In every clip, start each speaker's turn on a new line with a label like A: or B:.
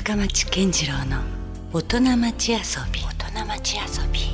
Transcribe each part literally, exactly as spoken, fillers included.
A: 深町健次郎の大人町遊び大人町遊び。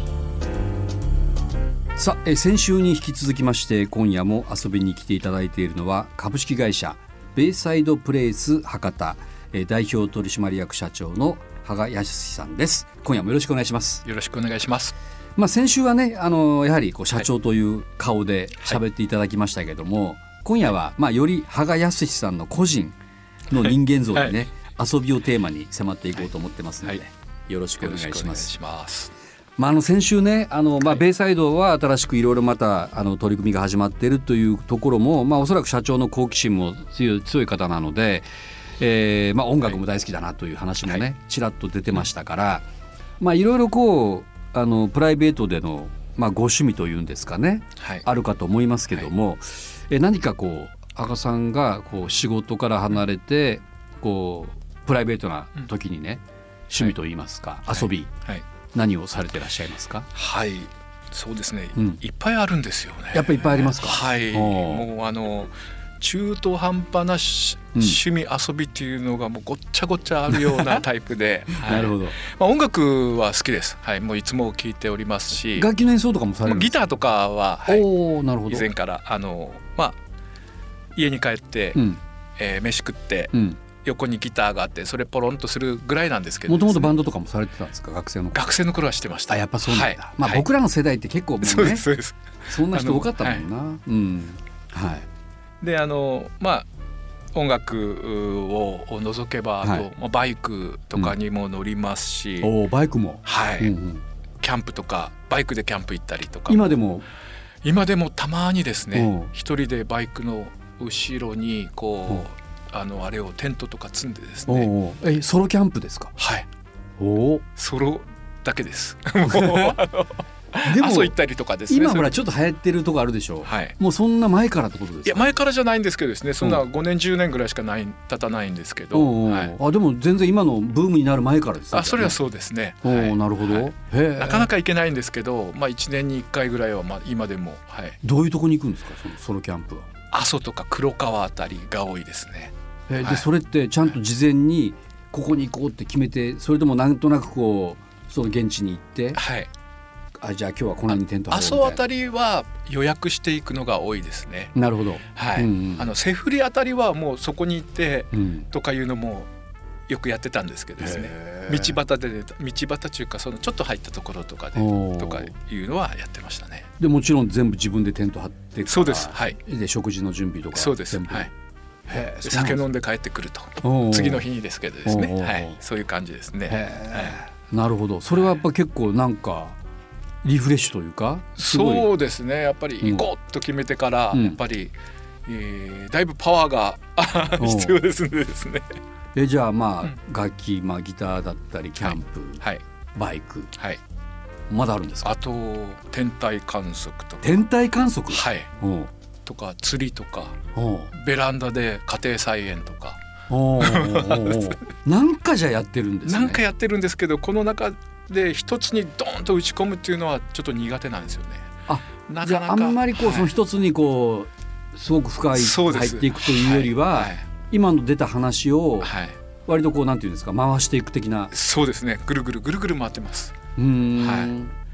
B: さあ、え先週に引き続きまして今夜も遊びに来ていただいているのは株式会社ベイサイドプレイス博多え代表取締役社長の芳賀康さんです。今夜もよろしくお願いします。
C: よろしくお願いします。
B: まあ、先週はねあのやはりこう社長という顔で喋っていただきましたけども、はい、今夜はまあより芳賀康さんの個人の人間像でね、はい、遊びをテーマに迫っていこうと思ってますので、はい、よろしくお願いします。よろしくお願いします。まあ、あの先週ねあの、まあ、ベイサイドは新しくいろいろまたあの取り組みが始まっているというところも、まあ、おそらく社長の好奇心も強い、強い方なので、えーまあ、音楽も大好きだなという話もね、はい、ちらっと出てましたから、まあ、いろいろこうあのプライベートでの、まあ、ご趣味というんですかね、はい、あるかと思いますけども、はい、え何かこう芳賀さんがこう仕事から離れてこうプライベートな時にね、うん、趣味といいますか、はい、遊び、はい、何をされてらっしゃいますか？
C: はい、そうですね、うん、いっぱいあるんですよね。
B: やっぱりいっぱいありますか？
C: はい、もうあの中途半端なし、うん、趣味遊びっていうのがもうごっちゃごっちゃあるようなタイプで、はい、なるほど、まあ、音楽は好きです、はい、もういつも聴いておりますし、
B: 楽器の演奏とかもされるんですか？
C: ギターとかは、はい、
B: おなるほど、
C: 以前からあの、まあ、家に帰って、うんえー、飯食って、うん、横にギターがあってそれポロンとするぐらいなんですけど、
B: もともとバンドとかもされてたんですか？学生の頃。
C: 学生の頃はしてました。
B: あ、やっぱそうなんだ、はいまあ、
C: はい、
B: 僕らの世代って結構もうね
C: そうですそうです、
B: そんな人多かったもんな、はいうんはい、
C: であのまあ音楽を除けばあと、はいまあ、バイクとかにも乗りますし、
B: うん、おバイクも、
C: はい、うんうん、キャンプとかバイクでキャンプ行ったりとか、
B: 今でも
C: 今でもたまにですね、一人でバイクの後ろにこうあのあれをテントとか積んでですね、
B: おえソロキャンプですか？
C: はい、
B: お
C: ソロだけですもうあのでも阿蘇行ったりとかですね。
B: 今ほらちょっと流行ってるとこあるでしょ、はい、もうそんな前からってことですか？
C: いや前からじゃないんですけどですね、そんなごねんじゅうねんぐらいしかない経たないんですけど、
B: おうおう、はい、あでも全然今のブームになる前からですね。
C: あそれはそうですね、
B: お、はい、なるほど、はい、へ
C: なかなか行けないんですけど、まあ、いちねんにいっかいぐらいはまあ今でも、はい、
B: どういうとこに行くんですかそのソロキャンプは？
C: 阿蘇とか黒川あたりが多いですね。
B: へで、はい、それってちゃんと事前にここに行こうって決めて、それともなんとなくこうその現地に行って、はいあじゃあ今日はこの辺にテント張ろうみたいな。
C: 阿蘇あたりは予約していくのが多いですね。
B: なるほど、
C: はい、うんうん、あのセフリあたりはもうそこに行ってとかいうのもよくやってたんですけどですね、道端で道端というかそのちょっと入ったところとかでとかいうのはやってましたね。
B: でもちろん全部自分でテント張ってから、
C: そうです、はい、
B: で食事の準備とか
C: そうです、
B: 全部、
C: はい、へ酒飲んで帰ってくると次の日にですけどですね、はい、そういう感じですね。
B: はい、なるほど。それはやっぱ結構なんかリフレッシュというか、
C: そうですね、やっぱり行こうと決めてから、うん、やっぱり、えー、だいぶパワーが必要ですんでですね。
B: えじゃあまあ、うん、楽器、まあ、ギターだったりキャンプ、はい、バイク、はい、まだあるんですか？
C: あと天体観測とか。
B: 天体観測、
C: はい、とか釣りとかベランダで家庭菜園とか
B: おーなんかじゃやってるんですね。
C: なんかやってるんですけど、この中で一つにドーンと打ち込むっていうのはちょっと苦手なんですよね。
B: あなかなかじゃああんまりこう、はい、その一つにこうすごく深い入っていくというよりは、はいはい、今の出た話を割とこうなんていうんですか、回していく的な。
C: そうですね、ぐるぐるぐるぐる回ってます。
B: うーん、はい、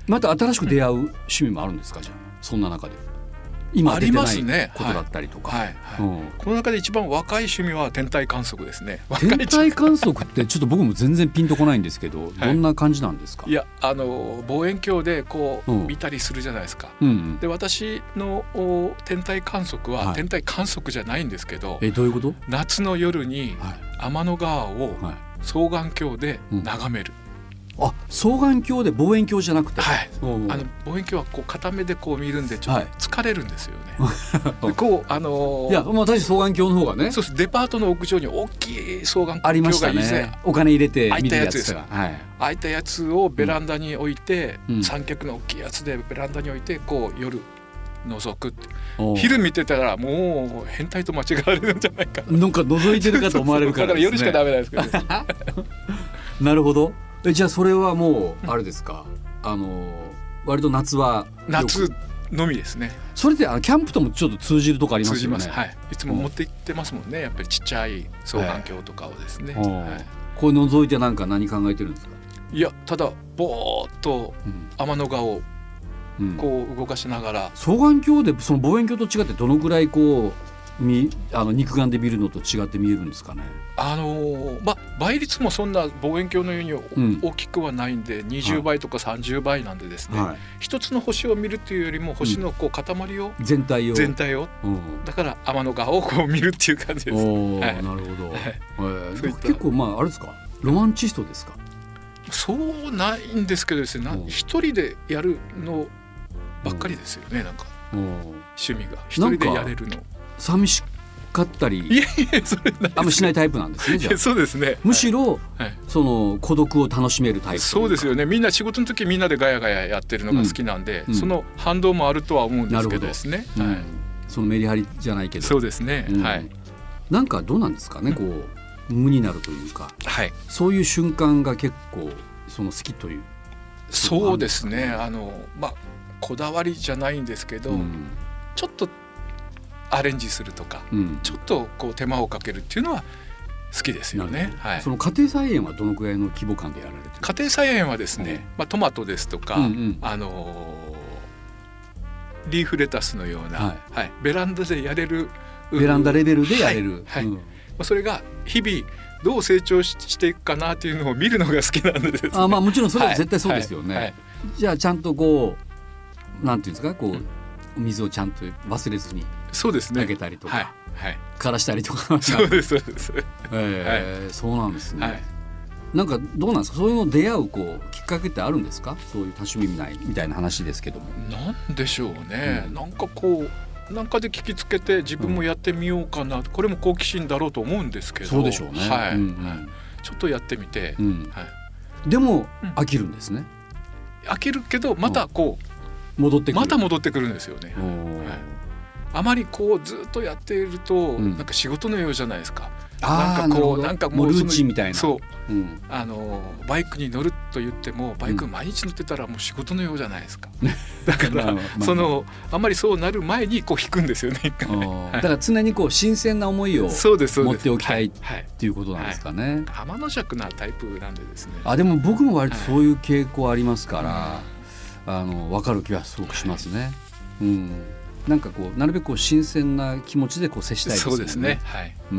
B: また新しく出会う趣味もあるんですか？じゃあそんな中で今出てないことだったりとか、
C: はいはいはい、うん、この中で一番若い趣味は天体観測ですね。
B: 天体観測ってちょっと僕も全然ピンとこないんですけど、はい、どんな感じなんですか？
C: いやあの望遠鏡でこう、うん、見たりするじゃないですか、うんうん、で私の天体観測は、はい、天体観測じゃないんですけど、
B: えどういうこと？
C: 夏の夜に天の川を双眼鏡で眺める、はい、
B: あ双眼鏡で望遠鏡じゃなくて、
C: はい、あの望遠鏡はこう片目でこう見るんでちょっと疲れるんですよね、はい、こうあのー、
B: いや、まあ、私双眼鏡の方がね、
C: そうです、デパートの屋上に大きい双眼鏡が
B: ありましたね。お金入れて見るやつが、
C: はい、ああいったやつをベランダに置いて、うん、三脚の大きいやつでベランダに置いてこう夜覗くって、昼見てたらもう変態と間違われるんじゃないかな、
B: なんか覗いてるかと思われるからですね。
C: だから夜しかダメなんですけど、ね、
B: なるほど。えじゃあそれはもうあれですか、うん、あの割と夏は
C: 夏のみですね。
B: それであのキャンプともちょっと通じるとこありますよね。
C: 通じます、はい、いつも持って行ってますもんね、やっぱりちっちゃい双眼鏡とかをですね、はい、
B: これ覗いてなんか何考えてるんですか？
C: いやただぼーっと天の川をこう動かしながら、うん、
B: 双眼鏡でその望遠鏡と違ってどのぐらいこうみあの肉眼で見るのと違って見えるんですかね？
C: あのーま、倍率もそんな望遠鏡のように大きくはないんで、うん、にじゅうばいとかさんじゅうばいなんでですね、はい、一つの星を見るっていうよりも星のこう塊を、
B: うん、全体を
C: 全体を、うん、だから天の川をこう見るっていう感じです。
B: お、はい、なるほど、はい、えー、結構まああれですか、ロマンチストですか？
C: そうないんですけどですね、一人でやるのばっかりですよね。なんか趣味が一人でやれるの
B: 寂しかったり、
C: いやいやそれない
B: あんましないタイプなんですね。じゃあ
C: そうですね、
B: むしろ、
C: はい、
B: その孤独を楽しめるタイプ。
C: そうですよね。みんな仕事の時みんなでガヤガヤやってるのが好きなんで、うん、その反動もあるとは思うんですけどですね、はい、うん、
B: そのメリハリじゃないけど、
C: そうですね、うん、はい、
B: なんかどうなんですかね、こう無になるというか、
C: はい、
B: そういう瞬間が結構その好きという。
C: そうですね、あのまあこだわりじゃないんですけど、うん、ちょっとアレンジするとか、うん、ちょっとこう手間をかけるっていうのは好きですよね。はい、
B: その家庭菜園はどのくらいの規模感でやられてるんですか？
C: 家庭菜園はですね、うん、まあ、トマトですとか、うんうん、あのー、リーフレタスのような、はいはい、ベランダでやれる、
B: ベランダレベルでやれる、
C: はいはい、うん、まあ、それが日々どう成長していくかなというのを見るのが好きなんですね。
B: あ、まあ、もちろんそれは絶対そうですよね。はいはいはい、じゃあちゃんとこうなんていうんですか、こう、うん、水をちゃんと忘れずにあげたりとか、
C: はいはい、
B: 枯らしたりとか。
C: そうですそうです、
B: えーはい、そうなんですね。
C: はい、
B: なんかどうなんですか、そういうの出会うこうきっかけってあるんですか？そういう多趣味みたいみたいな話ですけども。
C: なんでしょうね、うん、なんかこうなんかで聞きつけて自分もやってみようかな、うん、これも好奇心だろうと思うんですけど。
B: そうでしょうね、
C: はい、
B: うんうん、
C: ちょっとやってみて、うん、はい、
B: でも飽きるんですね。
C: 飽きるけどまたこう
B: 戻ってくる、
C: また戻ってくるんですよね。はい、あまりこうずっとやっていると、うん、なんか仕事のようじゃないですか。なんかこうなんかもう
B: ルーチンみたいな。
C: そう、うん、あのバイクに乗ると言ってもバイク毎日乗ってたらもう仕事のようじゃないですか。うん、だからまあそのあんまりそうなる前にこう引くんですよね。
B: だから常にこう新鮮な思いを持っておきたいっていうことなんですかね。
C: 天の弱なタイプなんでですね。
B: あ、でも僕も割とそういう傾向ありますから、はい、あの分かる気はすごくしますね。はい、うん、なんかこうなるべくこう新鮮な気持ちでこう接したいですよね。
C: そうですね。はい、
B: うん、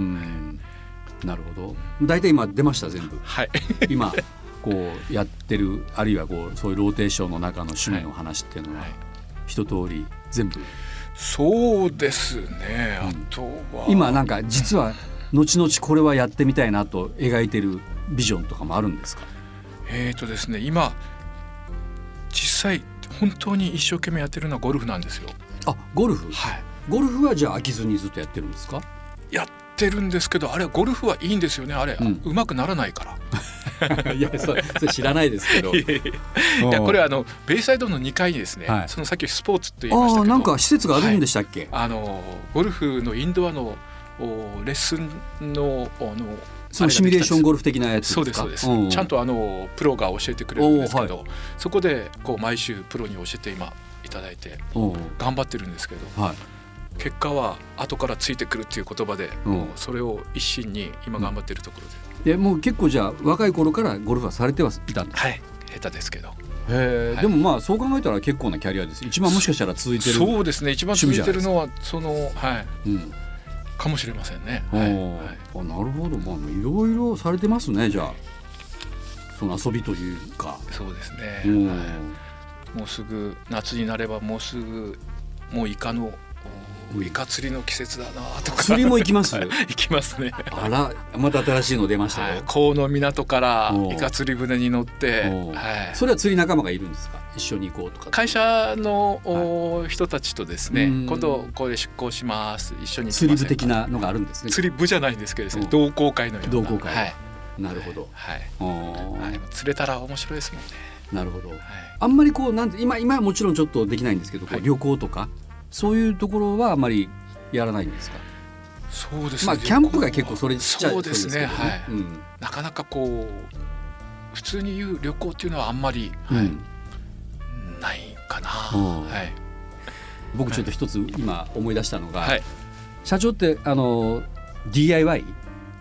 B: なるほど。大体今出ました全部。
C: はい、
B: 今こうやってるあるいはこうそういうローテーションの中の趣味の話っていうのは、はい、一通り全部。
C: そうですね。あとは、うん、
B: 今なんか実は後々これはやってみたいなと描いてるビジョンとかもあるんですか？
C: えーとですね、今実際本当に一生懸命やってるのはゴルフなんですよ。
B: あ、ゴルフ。
C: はい。
B: ゴルフはじゃあ飽きずにずっとやってるんですか？
C: やってるんですけど、あれゴルフはいいんですよね。あれ、うん、上手くならないから
B: いや そ, それ知らないですけどい
C: やこれはあのベイサイドのにかいにですね、はい、そのさっきスポーツと言いましたけど、
B: あ、なんか施設があるんでしたっけ？はい、
C: あのゴルフのインドアのレッスンのあの
B: そのシミュレーションゴルフ的なやつですか？
C: そうですそうです、うん、ちゃんとあのプロが教えてくれるんですけど、はい、そこでこう毎週プロに教えて今いただいて頑張ってるんですけど、はい、結果は後からついてくるっていう言葉で、もうそれを一心に今頑張ってるところで、
B: うん、でもう結構じゃあ若い頃からゴルフはされてはいたんですか？
C: はい、下手ですけど。
B: へ、はい、でもまあそう考えたら結構なキャリアです。一番もしかしたら続いてる。
C: そうですね、一番続いてるのはその、はい、うん、かもしれませんね。はい、
B: あ、なるほど。まあいろいろされてますね。じゃあその遊びというか。
C: そうですね、うん、はい、もうすぐ夏になればもうすぐもうイカのイカ釣りの季節だなとか。
B: 釣りも行きます？
C: 行きますね。
B: あら、また新しいの出ましたよ。はい、
C: 港の港からイカ釣り船に乗って、
B: はい、それは釣り仲間がいるんですか？一緒に行こうとか。
C: 会社の、はい、人たちとですね、今度これ出港します、一緒に行きませんか？
B: 釣り部的なのがあるんですね。
C: 釣り部じゃないんですけどですね、同好会のような。
B: 同好会、
C: はい、
B: なるほど、
C: はいはい、釣れたら面白いですもんね。
B: なるほど、はい、あんまりこうなんて 今, 今はもちろんちょっとできないんですけど、はい、旅行とかそういうところはあんまりやらないんですか？
C: そうですね、
B: まあ、キャンプが結構それちっちゃい。
C: そうですね、はい、
B: うん、
C: なかなかこう普通に言う旅行っていうのはあんまり、はい、うん、ないかな、はい、
B: 僕ちょっと一つ今思い出したのが、
C: はい、
B: 社長ってあの ディーアイワイ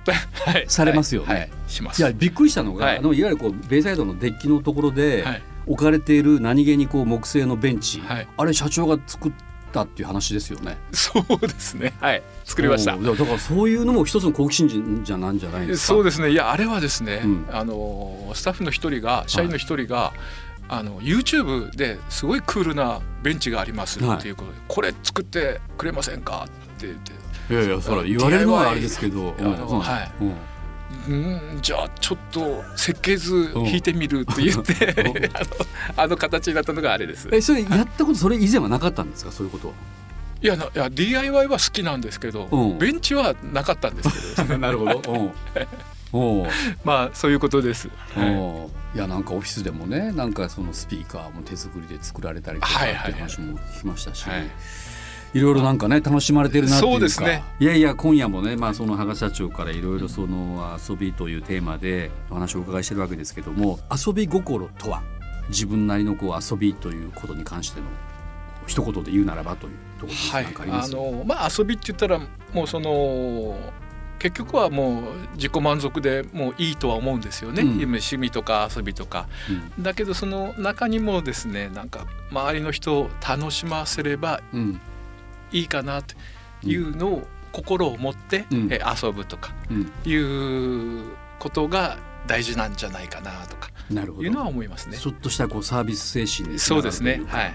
C: はい、
B: されますよね、
C: はいはい、します。
B: いやびっくりしたのが、
C: はい、
B: あのいわゆるこうベイサイドのデッキのところで置かれている何気にこう木製のベンチ、はい、あれ社長が作ったっていう話ですよね。
C: そうですね、はい、作りました。
B: だからそういうのも一つの好奇心じゃなんじゃないですか。
C: そうですね。いやあれはですね、うん、あのスタッフの一人が社員の一人が、はい、あの YouTube ですごいクールなベンチがありますっていうことで、はい、これ作ってくれませんかって言って、
B: いやいやそれ言われるのはあれですけど、
C: あの、はい、うんじゃあちょっと設計図引いてみるって言ってあの、あの形になったのがあれです。
B: えそれやったことそれ以前はなかったんですか。そういうことは。
C: いやいや ディーアイワイ は好きなんですけど、うん、ベンチはなかったんですけど、ね、
B: なるほど。おお
C: まあそういうことです。
B: おいやなんかオフィスでもねなんかそのスピーカーも手作りで作られたりとかっていう話も聞きましたし、はいはいはい、いろいろなんかね楽しまれてるなっていうか。そうですね。いやいや今夜もね、まあ、その羽賀社長からいろいろその遊びというテーマでお話をお伺いしてるわけですけども、遊び心とは自分なりのこう遊びということに関しての一言で言うならばというところに何かありますか。
C: はい、あのまあ、遊びって言ったらもうその結局はもう自己満足でもういいとは思うんですよね、うん、趣味とか遊びとか、うん、だけどその中にもですねなんか周りの人を楽しませればいいかなというのを心を持って、うん、え遊ぶとかいうことが大事なんじゃないかなとかいうのは思いますね。
B: ちょっとしたこうサービス精神につ
C: ながるというか。そうですね、はい。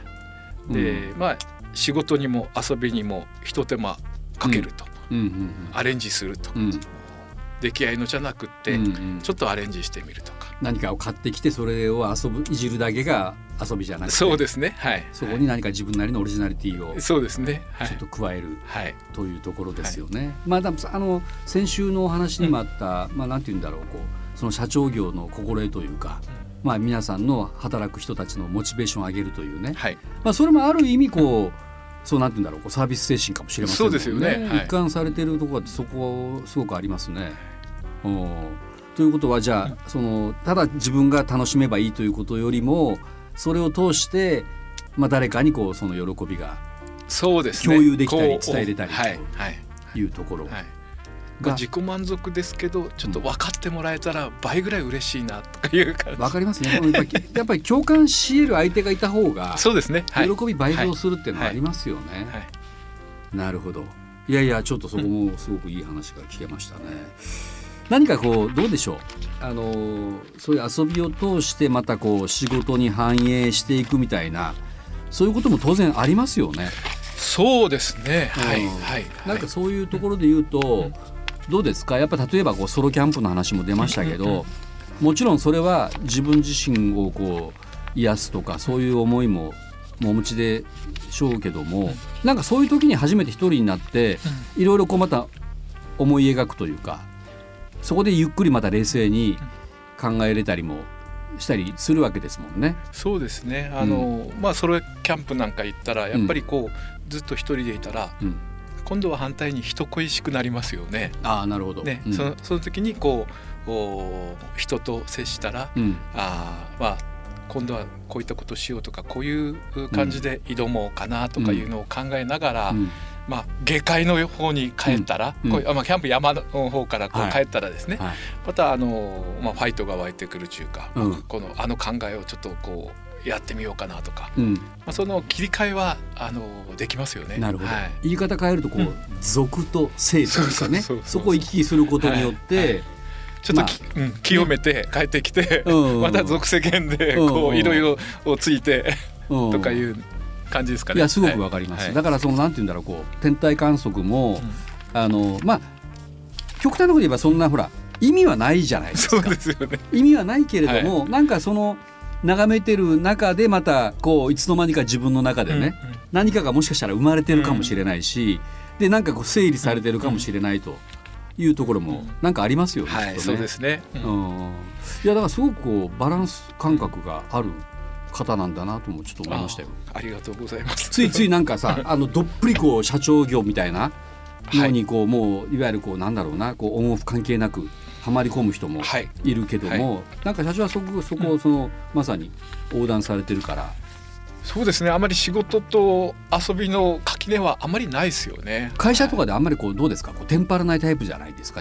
C: で、うん、まあ仕事にも遊びにも一手間かけると、うんうんうんうん、アレンジすると、うん、出来合いのじゃなくって、うんうん、ちょっとアレンジしてみるとか、
B: 何かを買ってきてそれを遊ぶいじるだけが遊びじゃなくて、
C: そうですね、はい、
B: そこに何か自分なりのオリジナリティを
C: そうですね、はい、
B: ちょっと加える、はい、というところですよね、はい。まあ、あの先週のお話にもあった、うん、まあ、なんていうんだろう、こうその社長業の心得というか、まあ、皆さんの働く人たちのモチベーションを上げるというね、はい、まあ、それもある意味こうそうなんていうんだろう、こうサービス精神かもしれませんね。そうですよね、はい、一貫されているところはそこすごくありますね。おということはじゃあ、うん、そのただ自分が楽しめばいいということよりもそれを通して、まあ、誰かにこうその喜びが共有できたり伝えれたりというところ、はいはい、
C: まあ、自己満足ですけどちょっと分かってもらえたら倍ぐらい嬉しいなとかいう感じ。
B: 分かりますね。やっぱり、やっぱり共感し得る相手がいた方が
C: そうですね、はい、
B: 喜び倍増するっていうのはありますよね、はいはいはい、なるほど。いやいやちょっとそこもすごくいい話が聞けましたね、うん、何かこうどうでしょう、あのそういう遊びを通してまたこう仕事に反映していくみたいなそういうことも当然ありますよね。
C: そうですね、はい、はい、
B: なんかそういうところで言うと、うん、どうですか。やっぱ例えばこうソロキャンプの話も出ましたけど、うんうんうん、もちろんそれは自分自身をこう癒すとかそういう思いもお持ちでしょうけども、うん、なんかそういう時に初めて一人になっていろいろこうまた思い描くというか、そこでゆっくりまた冷静に考えれたりもしたりするわけですもんね。
C: そうですね、あの、うん、まあソロキャンプなんか行ったらやっぱりこう、うん、ずっと一人でいたら、うん、今度は反対に人恋しくなりますよね。
B: ああ、なるほど、
C: ね、うん、その、その時にこう人と接したら、うん、あまあ今度はこういったことをしようとかこういう感じで挑もうかなとかいうのを考えながら、うん、まあ、下界の方に帰ったら、うん、こうまあ、キャンプ山の方からこう帰ったらですね、はいはい、またあの、まあ、ファイトが湧いてくるというか、うん、このあの考えをちょっとこうやってみようかなとか、うん、まあ、その切り替えはあのできますよね。
B: なるほど、
C: はい、
B: 言い方変えるとこう、うん、俗と生というかね、そこを行き来することによって、はいはい、
C: ちょっと、まあ、うん、清めて帰ってきて、うん、また俗世間でこういろいろをついて、うん、とかいう感じですかね。
B: いやすごくわかります、はい、だからそのなんていうんだろう、こう天体観測も、うん、あのまあ極端なこと言えばそんなほら意味はないじゃないですか。
C: そうですよね。
B: 意味はないけれども、はい、なんかその眺めてる中でまたこういつの間にか自分の中でね、うんうん、何かがもしかしたら生まれてるかもしれないし、うん、でなんかこう整理されてるかもしれないというところもなんかありますよね。
C: はい、そうですね、うん、
B: いやだからすごくこうバランス感覚がある方なんだなともちょっと思いましたよ。
C: あ, ありがとうございます。
B: ついついなんかさあのどっぷりこう社長業みたいなのにこう、はい、もういわゆるこうなんだろうな、こうオンオフ関係なくはまり込む人もいるけども、はい、なんか社長はそこそこをその、うん、まさに横断されてるから。
C: そうですね、あまり仕事と遊びの垣根はあまりないですよね。
B: 会社とかであんまりこうどうですか、こうテンパらないタイプじゃないですか。じゃあ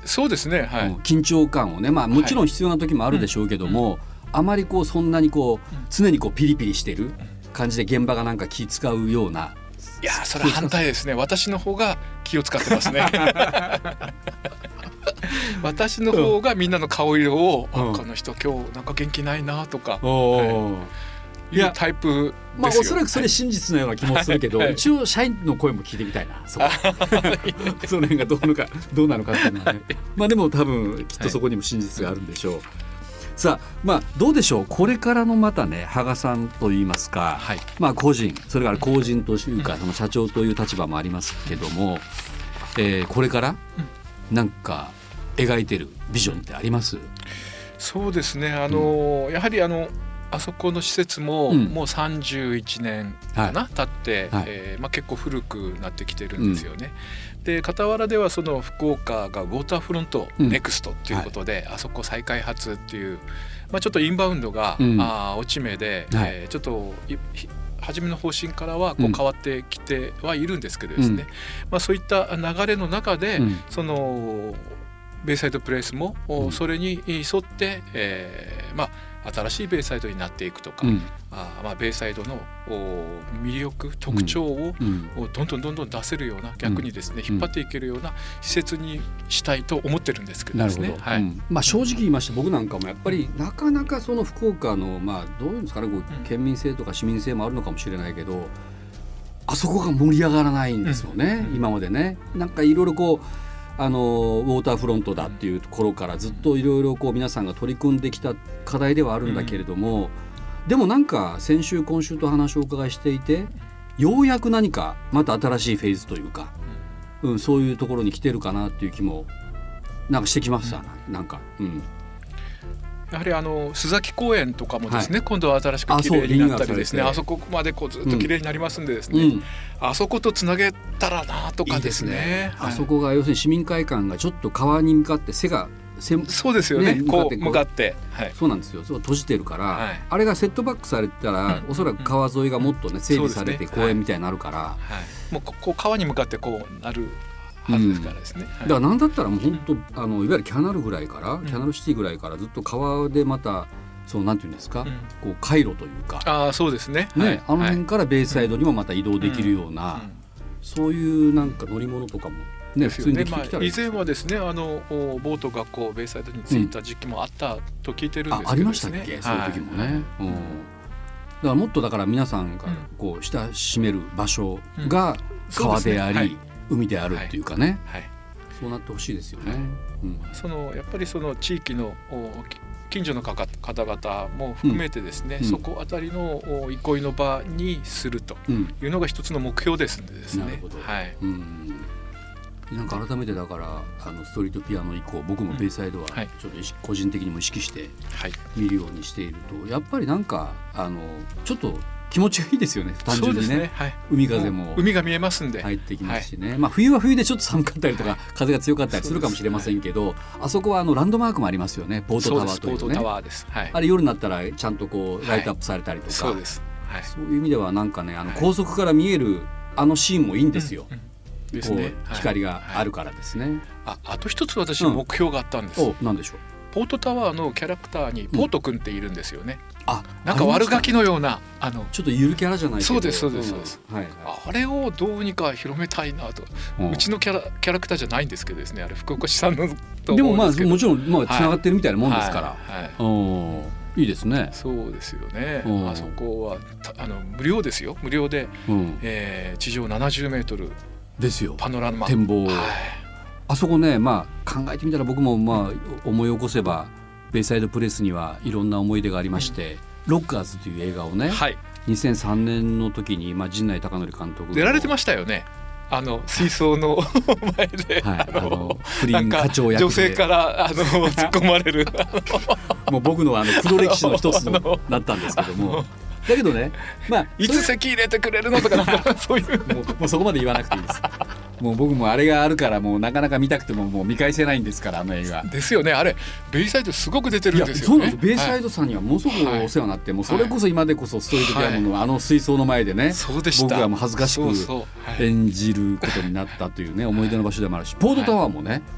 C: そうですね、はい、
B: うん、緊張感をね、まあ、もちろん必要な時もあるでしょうけども、はい、あまりこうそんなにこう常にこうピリピリしてる感じで現場がなんか気使うような。
C: いやそれは反対ですね。私の方が気を使ってますね私の方がみんなの顔色を、うん、この人今日なんか元気ないなとか、はい、いうタイプですよ。
B: まあ、おそらくそれ真実のような気もするけど、はい、一応社員の声も聞いてみたいな、そこその辺がどうのかどうなのかっていうのはねまあでも多分きっとそこにも真実があるんでしょう、はい、さあまあどうでしょう、これからのまたね羽賀さんといいますか、はい、まあ個人それから公人というかその社長という立場もありますけども、えー、これからなんか描いてるビジョンってあります？
C: そうですね、あの、うん、やはりあのあそこの施設も、うん、もうさんじゅういちねんかな、はい、経って、はい、えーまあ、結構古くなってきてるんですよね、うん、で傍らではその福岡がウォーターフロントネクストっていうことで、うん、はい、あそこ再開発っていう、まあ、ちょっとインバウンドが、うん、あ落ち目で、はい、えー、ちょっと初めの方針からはこう変わってきてはいるんですけどですね、うん、まあ、そういった流れの中で、うん、そのベイサイドプレイスも、うん、それに沿って、えーまあ、新しいベイサイドになっていくとか、うん、あまあ、ベイサイドの魅力特徴を、うん、どんどんどんどん出せるような、逆にですね、うん、引っ張っていけるような施設にしたいと思ってるんですけどですね。はい、うん、まあ、
B: 正直言いまして僕なんかもやっぱりなかなかその福岡の、まあ、どういうんですかね、こう県民性とか市民性もあるのかもしれないけど、あそこが盛り上がらないんですよね、うん、今までね。なんかいろいろこうあのウォーターフロントだっていうところからずっといろいろこう皆さんが取り組んできた課題ではあるんだけれども、うん、でもなんか先週今週と話をお伺いしていて、ようやく何かまた新しいフェーズというか、うん、そういうところに来てるかなっていう気もなんかしてきました、うん、なんか、うん、
C: やはりあの須崎公園とかもですね、はい、今度は新しくきれいになったりですね、 あ, あそこまでこうずっときれいになりますんでですね、うん、あそことつなげたらなとかですね、いいですね、はい、あそこ
B: が要するに市民会館がちょっと川に向かって背が
C: そうですよ ね, ねこう向かって、はい、
B: そうなんですよ、そう閉じてるから、はい、あれがセットバックされたら、うん、おそらく川沿いがもっとね整備されて公園みたいになるから、はい
C: はい、もうこう川に向かってこうなるはずですからですね、うん、はい、
B: だからなんだったらもう本当、あのいわゆるキャナルぐらいから、うん、キャナルシティぐらいからずっと川でまたそうなんていうんですか、うん、こう回路というか、
C: あそうですね、
B: ね、
C: はい、
B: あの辺からベイサイドにもまた移動できるような、うんうん、そういうなんか乗り物とかもね、普通にできてきたらいいですね。
C: まあ、以前はですね、あのボートがこうベイサイドに着いた時期もあったと聞いてるんですけど、ね、うん、あ, ありましたっけ、そういう時もね、はい、うん、だからもっとだから皆さんがこう親しめる場所が川であり、うん、ね、はい、海であるっていうかね、はいはい、そうなってほしいですよね、うん、そのやっぱりその地域の近所の方々も含めてですね、うん、そこあたりの憩いの場にするというのが一つの目標ですのでですね、うん、なるほど、はい、うん、
B: なんか改めてだからあのストリートピアノ以降僕もベイサイドはちょっと個人的にも意識して見るようにしていると、やっぱりなんかあのちょっと気持ちがいいですよね、単純に ね, ね、はい、海風も
C: 海が見えますんで
B: 入ってきますしね、はい、まあ、冬は冬でちょっと寒かったりとか、はい、風が強かったりするかもしれませんけど、はい、あそこはあのランドマークもありますよね、ポートタワーというね、
C: ポートタワーです、はい、
B: あれ夜になったらちゃんとこうライトアップされたりとか、はい、そうです、はい、そういう意味ではなんかね、あの高速から見えるあのシーンもいいんですよ、うんうんですね、こう光があるからですね、はいはい、
C: あ, あと一つ私目標があったんです、うん、
B: お、何でしょう。
C: ポートタワーのキャラクターにポート君っているんですよね、うん、あ、なんか悪ガキのようなあの
B: ちょっとゆるキャラじゃないけど、
C: そうですそうですそうです、うん、はいはい、あれをどうにか広めたいなと、うん、うちのキャラキャラクターじゃないんですけどですね、あれ福岡市さんのと
B: でもまあもちろんまあつながってるみたいなもんですから、はいはいはい、いいですね。
C: そうですよね、あそこはあの無料ですよ、無料で、うん、えー、地上ななじゅうメートル
B: ですよ、
C: パノラマ
B: 展望、はい、あそこね、まあ、考えてみたら僕もまあ思い起こせばベイサイドプレスにはいろんな思い出がありまして、うん、ロッカーズという映画をね、はい、にせんさんねんの時に、まあ、陣内孝則監督
C: 出られてましたよね、あの水槽の前で、はい、あの
B: 不倫課長役で
C: 女性からあの突っ込まれる
B: もう僕のあの黒歴史の一つのだったんですけどもだけどね、まあ、
C: いつ席入れてくれるのとかなんかそういう
B: もう、もうそこまで言わなくていいです。もう僕もあれがあるからもうなかなか見たくてももう見返せないんですから、あの映画
C: ですよね。あれベイサイドすごく出てるんですよね。いや、
B: そうなんです。ベイサイドさんにはものすごくお世話になって、はい、もうそれこそ今でこそストリートピアノのあの水槽の前でね、はい、そうでした。僕がもう恥ずかしく演じることになったというね、思い出の場所でもあるし、ポートタワーもね、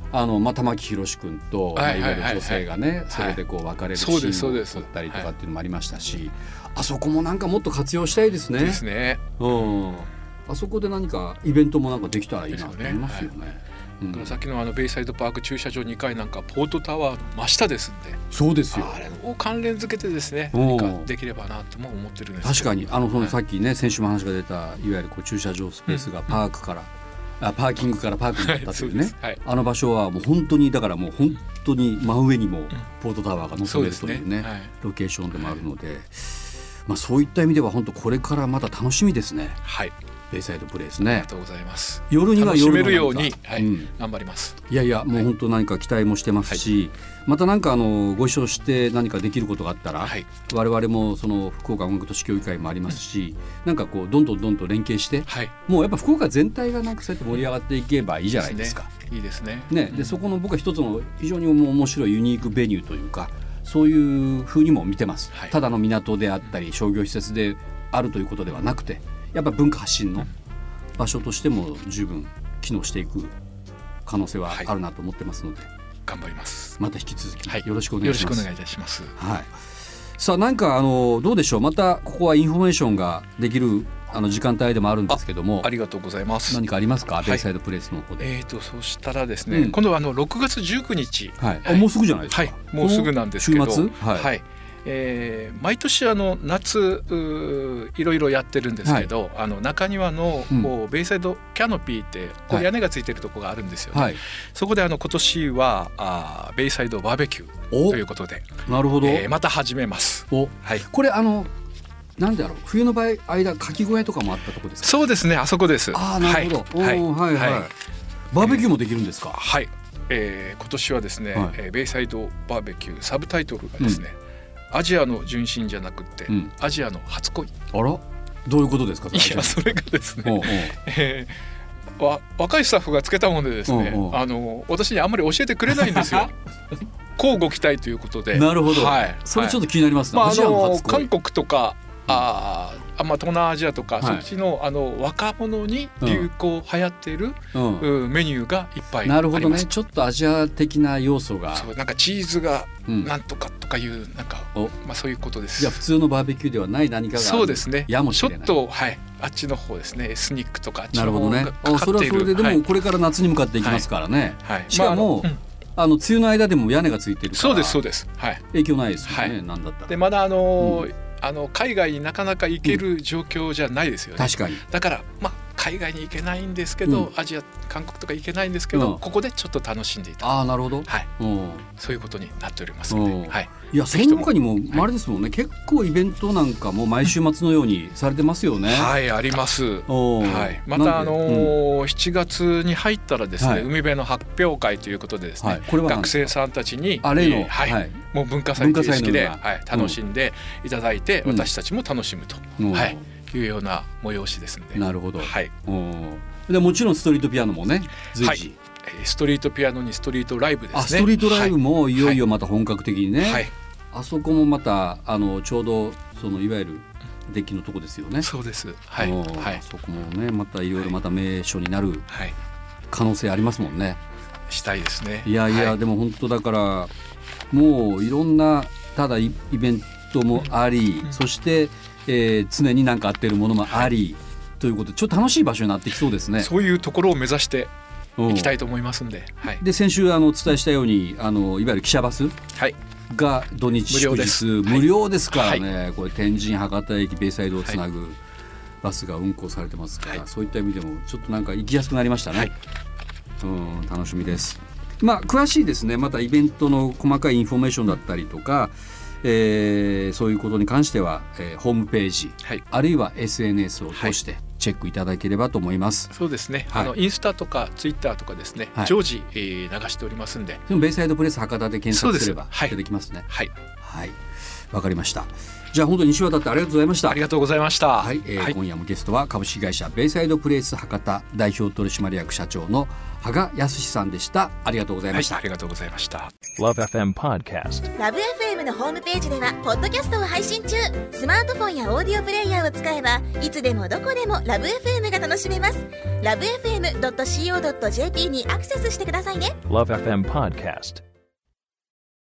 B: あの、まあ、玉木宏君と、まあ、いわゆる女性がね、はいはいはいはい、それでこう別れるシーンを撮ったりとかっていうのもありましたし、はい、あそこもなんかもっと活用したいですね。
C: ですね、
B: うん、あそこで何かイベントもなんかできたらいいなと思いますよね。
C: うん、さっきのあのベイサイドパーク駐車場にかいなんかポートタワーの真下ですんで、
B: そうですよ、
C: あれを関連付けてですね、何かできればなとも思ってるんですけど。
B: 確かにあのそのさっきね、はい、先週も話が出たいわゆるこう駐車場スペースがパークから、うん、あパーキングからパークになったというね、はいはい、あの場所はもう本当にだからもう本当に真上にもポートタワーが載せれるというね、うん、そうですね、はい、ロケーションでもあるので、はい、まあ、そういった意味では本当これからまた楽しみですね。はい、ベイサイドプレイですね。
C: ありがとうございます。
B: 夜には夜の
C: 楽しめるように、はい、うん、頑張ります。
B: いやいや、もう本当何か期待もしてますし、はい、また何かあのご一緒して何かできることがあったら、はい、我々もその福岡音楽都市協議会もありますし、うん、なんかこうどんどんどんどん連携して、はい、もうやっぱ福岡全体がなんかそうやって盛り上がっていけばいいじゃないですか。
C: いいですね。
B: ね、で、うん、そこの僕は一つの非常に面白いユニークベニューというか、そういう風にも見てます。はい、ただの港であったり商業施設であるということではなくて、やっぱ文化発信の場所としても十分機能していく可能性はあるなと思ってますので、はい、
C: 頑張ります。
B: また引き続きよろしくお願いします。
C: よろしくお願いいたします。
B: はい、さあなんかあのどうでしょう、またここはインフォメーションができるあの時間帯でもあるんですけども、
C: あ, ありがとうございます。
B: 何かありますか、
C: はい、
B: ベイサイドプレイスの方で。
C: えーとそしたらですね、うん、今度はあのろくがつじゅうくにち、
B: はいはい、もうすぐじゃないですか。はい、
C: もうすぐなんですけど、
B: 週末、はい
C: はい、えー、毎年あの夏いろいろやってるんですけど、はい、あの中庭のこう、うん、ベイサイドキャノピーってこう屋根がついてるところがあるんですよね。はい、そこであの今年はあベイサイドバーベキューということで、
B: なるほど、
C: えー、また始めます。
B: お、はい、これあのなんだろう、冬の場合間かき小屋とかもあったところですか。
C: そうですね、あそこです。
B: ああ、なるほど、はい、はいはいはい、バーベキューもできるんですか。
C: えー、はい、えー、今年はですね、はい、えー、ベイサイドバーベキューサブタイトルがですね、うん、アジアの純真じゃなくて、うん、アジアの初恋。
B: あら、どういうことですか。
C: いや、それがですね、おうおう、えー、わ若いスタッフがつけたものでですね、おうおう、あの私にあんまり教えてくれないんですよ。こうご期待ということで。
B: なるほど、
C: はい、
B: それちょっと気になりますね。
C: まあ、あの韓国とかああ、まあ、東南アジアとか、はい、そっちの、あの若者に流行、流行っている、うん、メニューがいっぱいあります。
B: なるほどね、ちょっとアジア的な要素が。
C: そう、なんかチーズがなんとかとかいう、なんか、うん、まあ、そういうことです。
B: じゃあ普通のバーベキューではない何かがある。
C: そうですね、
B: やもしれない。
C: ちょっと、はい、あっちの方ですね、エスニックとかあっちの方がかかっている。
B: なるほどね、それはそれで、でもこれから夏に向かっていきますからね、はいはい、しかも、まあ、あの梅雨の間でも屋根がついてるから。そうですそうです、はい、影響ないですよね、はい、なんだったら。
C: でまだあのーうん、あの海外になかなか行ける状況じゃないですよね。
B: 確かに。
C: だからまあ海外に行けないんですけど、うん、アジア韓国とか行けないんですけど、うん、ここでちょっと楽しんでいただく。
B: ああ、なるほど、はい、うん、
C: そういうことになっておりますので、はい、
B: いや、その他にもあれですもんね、はい、結構イベントなんかも毎週末のようにされてますよね。
C: はい、あります。はい、またあのーうん、しちがつに入ったらですね、はい、海辺の発表会ということでですね、はい、これは学生さんたちに
B: あ例の、
C: はい、はい、もう文化祭形式で、はい、楽しんでいただいて、うん、私たちも楽しむと、うん、はい、いうような催しですので。
B: なるほど、
C: はい、
B: でもちろんストリートピアノもね、随時、
C: はい、ストリートピアノにストリートライブですね。
B: あ、ストリートライブもいよいよまた本格的にね、はい、あそこもまたあのちょうどそのいわゆるデッキのとこですよね。
C: そうです、はい、はい、
B: そこもねまたいろいろまた名所になる可能性ありますもんね。
C: したいですね。
B: いやいや、はい、でも本当だからもういろんなただイベントもあり、うん、そして、えー、常に何か合ってるものもあり、はい、ということでちょっと楽しい場所になってきそうですね。
C: そういうところを目指していきたいと思いますんで、はい、
B: で先週あのお伝えしたようにあのいわゆる汽車バスが土日祝日無料ですからね、はい、これ天神博多駅ベイサイドをつなぐバスが運行されてますから、はい、そういった意味でもちょっとなんか行きやすくなりましたね、はい、うん、楽しみです。まあ、詳しいですねまたイベントの細かいインフォメーションだったりとか、えー、そういうことに関しては、えー、ホームページ、はい、あるいは エスエヌエス を通して、はい、チェックいただければと思います。
C: そうですね、はい、あのインスタとかツイッターとかですね、はい、常時、えー、流しておりますんで。
B: でもベイサイドプレス博多で検索すれば出てきますね。
C: はい、
B: はい、わかりました。じゃあ本当に西渡ってありがとうございました。
C: ありがとうございました。
B: はい、えーはい、今夜もゲストは株式会社ベイサイドプレイス博多代表取締役社長の芳賀康さんでした。ありがとうございました。
C: はい、ありがとうございました。
D: ラブエフエム Podcast
E: ラブ エフエム のホームページではポッドキャストを配信中。スマートフォンやオーディオプレイヤーを使えばいつでもどこでもラブ エフエム が楽しめます。 ラブエフエムドットシーオードットジェーピー にアクセスしてくださいね。
D: ラブエフエム Podcast